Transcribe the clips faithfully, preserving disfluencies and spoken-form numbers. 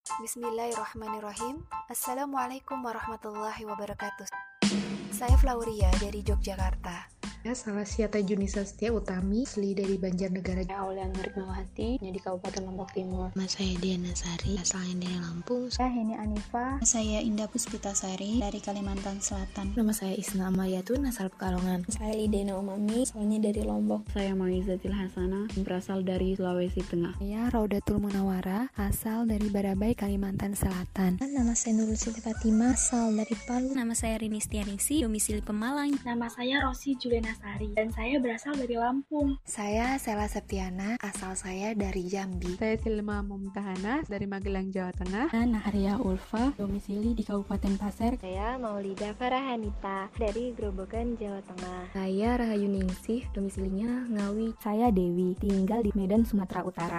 Bismillahirrahmanirrahim. Assalamualaikum warahmatullahi wabarakatuh. Saya Flauria dari Yogyakarta. Saya Siata Junisa Setia Utami, asli dari Banjarnegara. Saya Aulia Nurik Mawati, di Kabupaten Lombok Timur. Nama saya Diana Sari, asalnya dari Lampung. Saya Heni Anifa. Saya Indah Puspitasari dari Kalimantan Selatan. Nama saya Isna Amayatun, asal Pekalongan. Saya Lidena Umami, asalnya dari Lombok. Saya Maizatil Hasanah, berasal dari Sulawesi Tengah. Saya Raudatul Munawara, asal dari Barabai, Kalimantan Selatan. Nama saya Nurul Siti Fatimah, asal dari Palu. Nama saya Rinis Tianisi, domisili Pemalang. Nama saya Rosi Juliana Sari, dan saya berasal dari Lampung. Saya Sela Septiana, asal saya dari Jambi. Saya Silma Mumtahana, dari Magelang, Jawa Tengah. Saya Naharia Ulfa, domisili di Kabupaten Pasir. Saya Maulida Farahanita, dari Grobogan, Jawa Tengah. Saya Rahayu Ningsih, domisilinya Ngawi. Saya Dewi, tinggal di Medan, Sumatera Utara.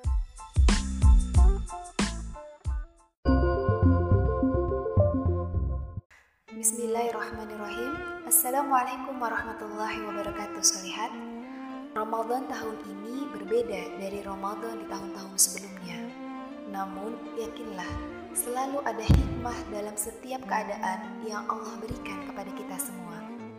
Bismillahirrahmanirrahim. Assalamualaikum warahmatullahi wabarakatuh. Solihat, Ramadan tahun ini berbeda dari Ramadan di tahun-tahun sebelumnya. Namun, yakinlah, selalu ada hikmah dalam setiap keadaan yang Allah berikan kepada kita semua.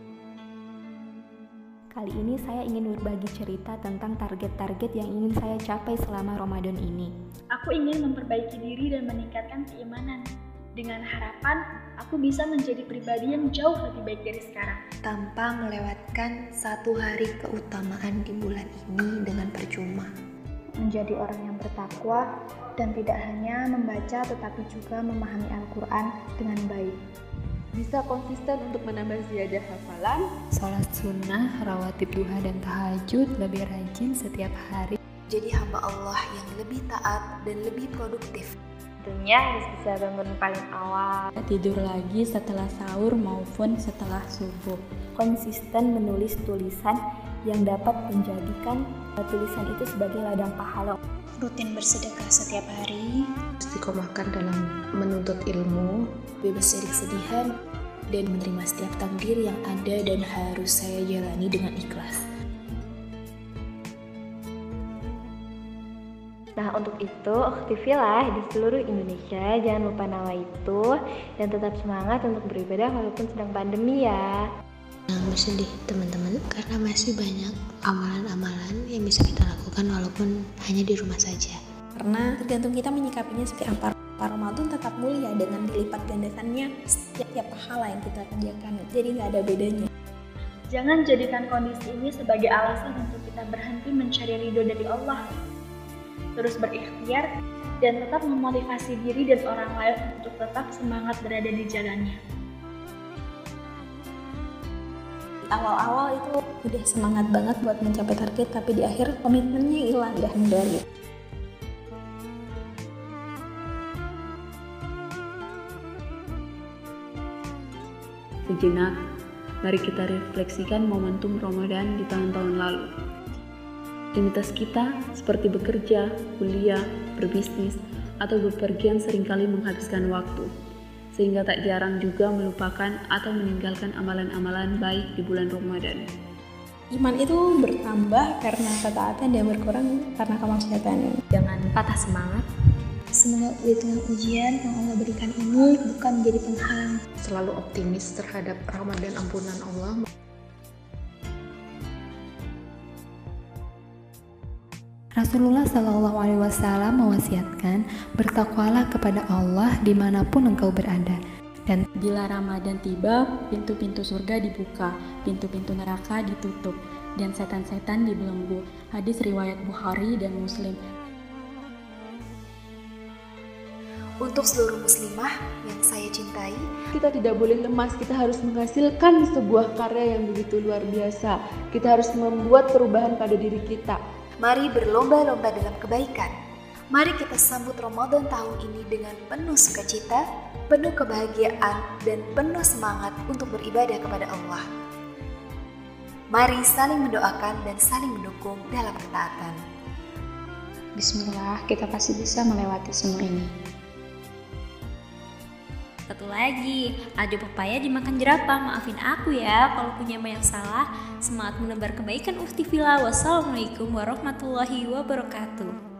Kali ini saya ingin berbagi cerita tentang target-target yang ingin saya capai selama Ramadan ini. Aku ingin memperbaiki diri dan meningkatkan keimanan. Dengan harapan, aku bisa menjadi pribadi yang jauh lebih baik dari sekarang. Tanpa melewatkan satu hari keutamaan di bulan ini dengan percuma. Menjadi orang yang bertakwa dan tidak hanya membaca tetapi juga memahami Al-Quran dengan baik. Bisa konsisten untuk menambah ziyadah hafalan. Salat sunnah, rawatib duha dan tahajud, lebih rajin setiap hari. Jadi hamba Allah yang lebih taat dan lebih produktif. Tentunya harus bisa bangun paling awal. Tidur lagi setelah sahur maupun setelah subuh. Konsisten menulis tulisan yang dapat menjadikan tulisan itu sebagai ladang pahala. Rutin bersedekah setiap hari. Istiqomahkan dalam menuntut ilmu. Bebas dari kesedihan dan menerima setiap takdir yang ada dan harus saya jalani dengan ikhlas. Nah, untuk itu, aktifilah di seluruh Indonesia. Jangan lupa nama itu dan tetap semangat untuk beribadah walaupun sedang pandemi ya. Jangan bersedih teman-teman, karena masih banyak amalan-amalan yang bisa kita lakukan walaupun hanya di rumah saja. Karena tergantung kita menyikapinya seperti apa. Ramadan tetap mulia dengan dilipat gandakannya setiap pahala yang kita kerjakan. Jadi nggak ada bedanya. Jangan jadikan kondisi ini sebagai alasan untuk kita berhenti mencari ridho dari Allah. Terus berikhtiar dan tetap memotivasi diri dan orang lain untuk tetap semangat berada di jalannya. Di awal-awal itu udah semangat banget buat mencapai target, tapi di akhir komitmennya hilang dah dari. Sejenak, mari kita refleksikan momentum Ramadan di tahun-tahun lalu. Rutinitas kita seperti bekerja, kuliah, berbisnis, atau bepergian seringkali menghabiskan waktu, sehingga tak jarang juga melupakan atau meninggalkan amalan-amalan baik di bulan Ramadan. Iman itu bertambah karena ketaatan dan berkurang karena kemaksiatan. Jangan patah semangat. Semoga di tengah ujian yang Allah berikan ini bukan menjadi penghalang. Selalu optimis terhadap Ramadan ampunan Allah. Rasulullah Shallallahu Alaihi Wasallam mewasiatkan, bertakwalah kepada Allah dimanapun engkau berada. Dan bila Ramadan tiba, pintu-pintu surga dibuka, pintu-pintu neraka ditutup, dan setan-setan dibelenggu. Hadis riwayat Bukhari dan Muslim. Untuk seluruh muslimah yang saya cintai, kita tidak boleh lemas, kita harus menghasilkan sebuah karya yang begitu luar biasa. Kita harus membuat perubahan pada diri kita. Mari berlomba-lomba dalam kebaikan. Mari kita sambut Ramadan tahun ini dengan penuh sukacita, penuh kebahagiaan, dan penuh semangat untuk beribadah kepada Allah. Mari saling mendoakan dan saling mendukung dalam ketaatan. Bismillah, kita pasti bisa melewati semua ini. Satu lagi, ada pepaya dimakan jerapah. Maafin aku ya kalau punya banyak salah. Semangat menebar kebaikan, Ufti Villa. Wassalamualaikum warahmatullahi wabarakatuh.